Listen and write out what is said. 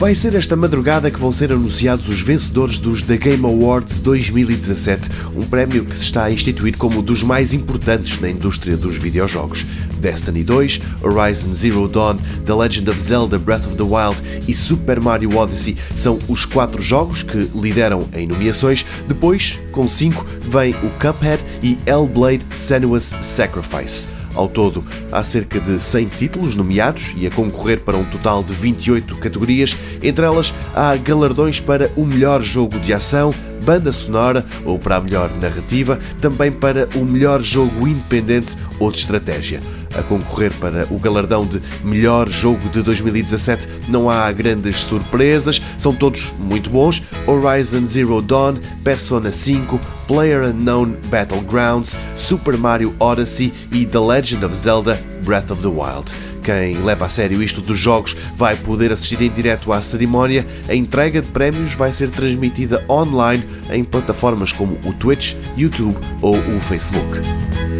Vai ser esta madrugada que vão ser anunciados os vencedores dos The Game Awards 2017, um prémio que se está a instituir como um dos mais importantes na indústria dos videojogos. Destiny 2, Horizon Zero Dawn, The Legend of Zelda Breath of the Wild e Super Mario Odyssey são os 4 jogos que lideram em nomeações. Depois, com 5, vem o Cuphead e Hellblade: Senua's Sacrifice. Ao todo, há cerca de 100 títulos nomeados e a concorrer para um total de 28 categorias. Entre elas, há galardões para o melhor jogo de ação, banda sonora ou para a melhor narrativa, também para o melhor jogo independente ou de estratégia. A concorrer para o galardão de melhor jogo de 2017 não há grandes surpresas, são todos muito bons: Horizon Zero Dawn, Persona 5, PlayerUnknown Battlegrounds, Super Mario Odyssey e The Legend of Zelda Breath of the Wild. Quem leva a sério isto dos jogos vai poder assistir em direto à cerimónia. A entrega de prémios vai ser transmitida online em plataformas como o Twitch, YouTube ou o Facebook.